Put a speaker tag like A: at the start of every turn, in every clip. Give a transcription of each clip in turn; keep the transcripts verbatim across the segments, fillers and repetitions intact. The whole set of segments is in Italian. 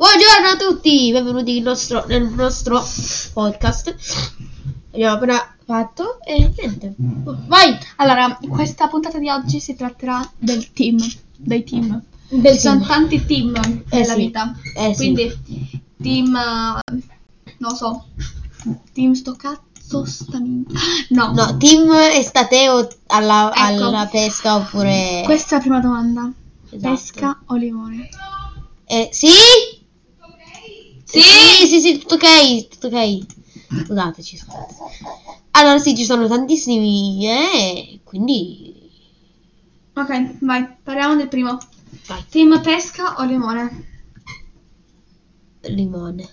A: Buongiorno a tutti, benvenuti nel nostro, nel nostro podcast. Abbiamo appena fatto e niente. Vai!
B: Allora, questa puntata di oggi si tratterà del team, dei team.
A: Del
B: Ci sono
A: team.
B: tanti team
A: Eh
B: nella
A: sì.
B: vita.
A: Eh sì.
B: Quindi, team, uh, non lo so, team sto cazzo sta minchia. No.
A: No, team estateo alla,
B: Ecco.
A: alla pesca oppure...
B: Questa è la prima domanda.
A: Esatto.
B: Pesca o limone?
A: Eh, sì?
B: Sì?
A: Sì, sì, sì, tutto ok, tutto ok. Scusateci, scusate. Allora sì, ci sono tantissimi, eh, quindi...
B: Ok, vai, parliamo del primo.
A: Vai.
B: Team pesca o limone?
A: Limone.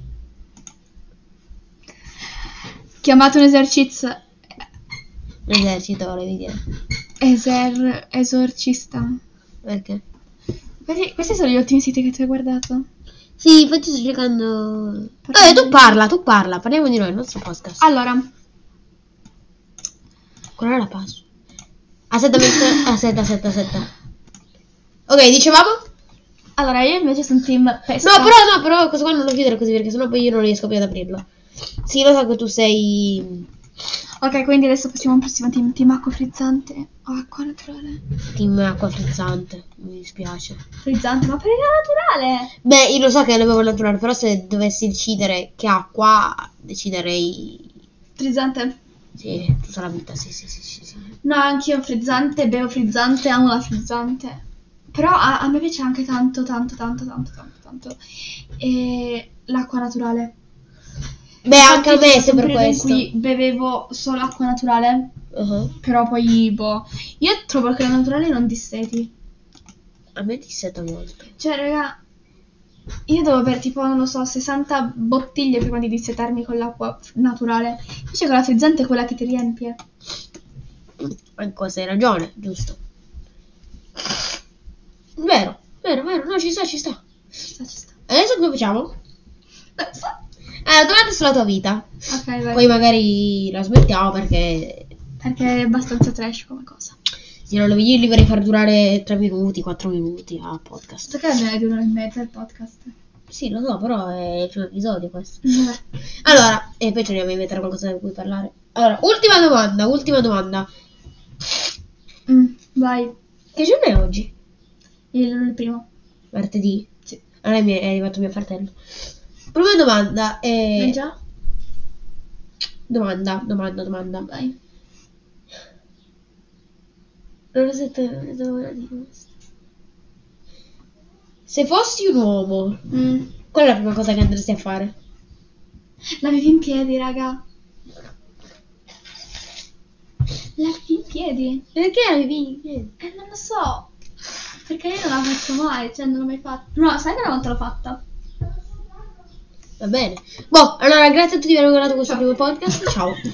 B: Chiamato un esercizio.
A: L'esercito, volevi dire.
B: Eser... esorcista.
A: Perché?
B: Questi, questi sono gli ultimi siti che tu hai guardato?
A: Sì, infatti sto cercando...
B: Perché-
A: Eh, tu parla, tu parla, parliamo di noi, il nostro podcast.
B: Allora,
A: Qual è la password? Aspetta, aspetta, aspetta, aspetta, aspetta. Ok, dicevamo?
B: allora io invece sono team pesca.
A: No, però, no, però questo qua non lo chiudere così perché sennò poi io non riesco più ad aprirlo. Sì, lo so che tu sei...
B: Ok, quindi adesso passiamo al prossimo team. Team acqua frizzante o acqua naturale?
A: Team acqua frizzante, mi dispiace.
B: Frizzante, ma perché naturale?
A: Beh, io lo so che è l'avevo naturale, però se dovessi decidere che acqua, deciderei...
B: Frizzante?
A: Sì, tutta la vita, sì, sì, sì, sì, sì.
B: No, anch'io frizzante, bevo frizzante, amo la frizzante. Però a, a me piace anche tanto, tanto, tanto, tanto, tanto, tanto. E l'acqua naturale.
A: Beh, anche a
B: Infatti,
A: me
B: c'è
A: è sempre
B: un periodo
A: questo.
B: in cui bevevo solo acqua naturale,
A: Uh-huh.
B: però poi, boh, io trovo che la naturale non disseti.
A: A me disseta molto.
B: Cioè, raga, io devo avere tipo, non lo so, sessanta bottiglie prima di dissetarmi con l'acqua f- naturale. Invece con la frizzante è quella che ti riempie.
A: In cosa hai ragione, giusto. Vero, vero, vero, no, ci sta, ci sta.
B: Ci sta, ci sta.
A: Adesso come facciamo?
B: Eh, sa-
A: Allora, domanda sulla tua vita.
B: Ok, vai.
A: Poi magari la smettiamo perché
B: Perché è abbastanza trash come cosa.
A: se non lo vedi li vorrei far durare tre minuti, quattro minuti a podcast.
B: So che ne è di un'ora e mezza il podcast.
A: Sì, lo so, però è il primo episodio questo.
B: Vabbè.
A: Allora, e poi cerchiamo di mettere qualcosa di cui parlare. Allora, ultima domanda, ultima domanda.
B: Mm, vai.
A: Che giorno è oggi?
B: Il, il primo.
A: Martedì?
B: Sì.
A: Allora mi è arrivato mio fratello. Prima domanda è...
B: Eh già?
A: Domanda, domanda, domanda.
B: Vai.
A: Non so se devo dire questo. Se fossi un uomo,
B: Mm.
A: qual è la prima cosa che andresti a fare?
B: La vivi in piedi, raga. La vivi in piedi?
A: Perché la vivi in piedi?
B: Eh, non lo so. Perché io non la faccio mai, cioè non l'ho mai fatta. No, sai che una volta l'ho fatta?
A: Va bene. Boh, allora grazie a tutti per aver guardato questo
B: Ciao.
A: primo podcast. Ciao.